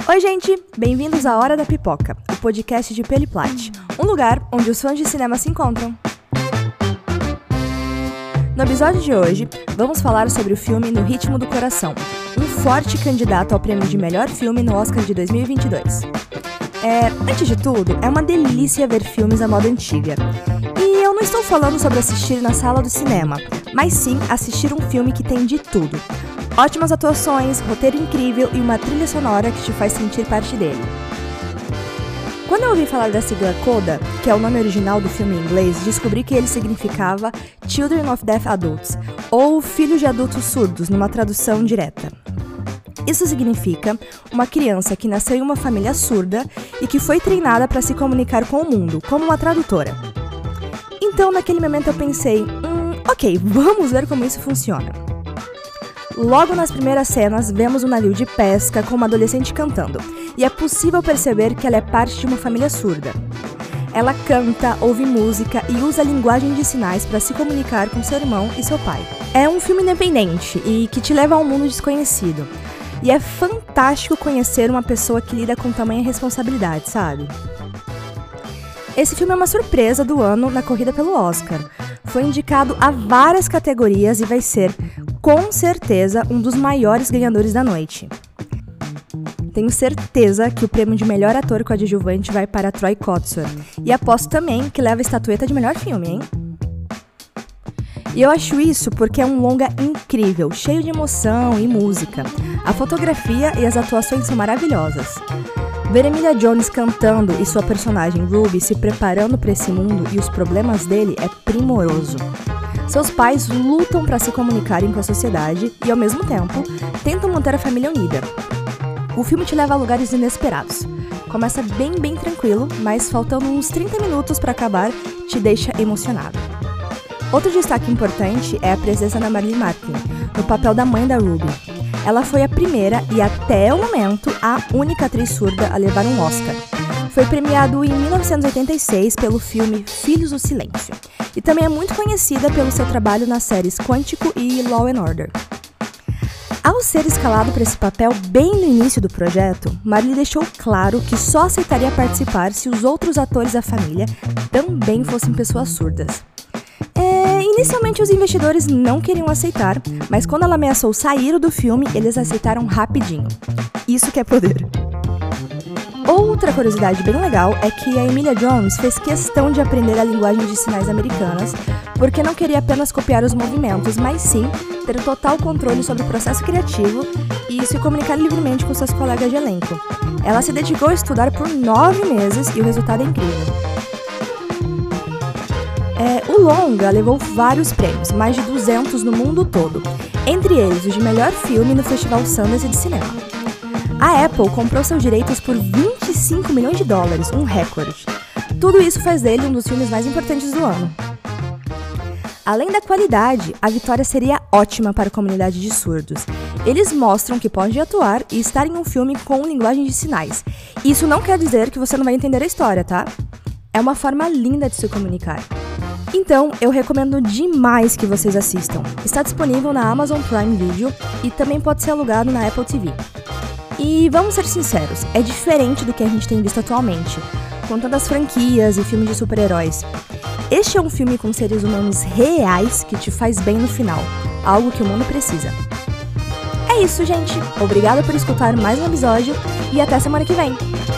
Oi, gente! Bem-vindos à Hora da Pipoca, o podcast de Peli Plat, um lugar onde os fãs de cinema se encontram. No episódio de hoje, vamos falar sobre o filme No Ritmo do Coração, um forte candidato ao prêmio de melhor filme no Oscar de 2022. Antes de tudo, é uma delícia ver filmes à moda antiga. E eu não estou falando sobre assistir na sala do cinema, mas sim assistir um filme que tem de tudo. Ótimas atuações, roteiro incrível e uma trilha sonora que te faz sentir parte dele. Quando eu ouvi falar da sigla CODA, que é o nome original do filme em inglês, descobri que ele significava Children of Deaf Adults, ou Filhos de Adultos Surdos, numa tradução direta. Isso significa uma criança que nasceu em uma família surda e que foi treinada para se comunicar com o mundo, como uma tradutora. Então, naquele momento eu pensei, ok, vamos ver como isso funciona. Logo nas primeiras cenas, vemos um navio de pesca com uma adolescente cantando, e é possível perceber que ela é parte de uma família surda. Ela canta, ouve música e usa a linguagem de sinais para se comunicar com seu irmão e seu pai. É um filme independente e que te leva a um mundo desconhecido. E é fantástico conhecer uma pessoa que lida com tamanha responsabilidade, sabe? Esse filme é uma surpresa do ano na corrida pelo Oscar. Foi indicado a várias categorias e vai ser, com certeza, um dos maiores ganhadores da noite. Tenho certeza que o prêmio de melhor ator coadjuvante vai para Troy Kotsur. E aposto também que leva a estatueta de melhor filme, hein? E eu acho isso porque é um longa incrível, cheio de emoção e música. A fotografia e as atuações são maravilhosas. Ver Emilia Jones cantando e sua personagem Ruby se preparando para esse mundo e os problemas dele é primoroso. Seus pais lutam para se comunicarem com a sociedade e, ao mesmo tempo, tentam manter a família unida. O filme te leva a lugares inesperados. Começa bem tranquilo, mas faltando uns 30 minutos para acabar, te deixa emocionado. Outro destaque importante é a presença da Marilyn Matlin, no papel da mãe da Ruby. Ela foi a primeira e, até o momento, a única atriz surda a levar um Oscar. Foi premiado em 1986 pelo filme Filhos do Silêncio, e também é muito conhecida pelo seu trabalho nas séries Quântico e Law & Order. Ao ser escalado para esse papel bem no início do projeto, Marilyn deixou claro que só aceitaria participar se os outros atores da família também fossem pessoas surdas. Inicialmente os investidores não queriam aceitar, mas quando ela ameaçou sair do filme, eles aceitaram rapidinho. Isso que é poder. Outra curiosidade bem legal é que a Emilia Jones fez questão de aprender a linguagem de sinais americanas, porque não queria apenas copiar os movimentos, mas sim ter total controle sobre o processo criativo e se comunicar livremente com seus colegas de elenco. Ela se dedicou a estudar por 9 meses e o resultado é incrível. O longa levou vários prêmios, mais de 200 no mundo todo, entre eles o de melhor filme no Festival Sundance de Cinema. A Apple comprou seus direitos por $25 milhões, um recorde. Tudo isso faz dele um dos filmes mais importantes do ano. Além da qualidade, a vitória seria ótima para a comunidade de surdos. Eles mostram que podem atuar e estar em um filme com linguagem de sinais. Isso não quer dizer que você não vai entender a história, tá? É uma forma linda de se comunicar. Então, eu recomendo demais que vocês assistam. Está disponível na Amazon Prime Video e também pode ser alugado na Apple TV. E vamos ser sinceros, é diferente do que a gente tem visto atualmente, com tantas franquias e filmes de super-heróis. Este é um filme com seres humanos reais que te faz bem no final, algo que o mundo precisa. É isso, gente. Obrigada por escutar mais um episódio e até semana que vem.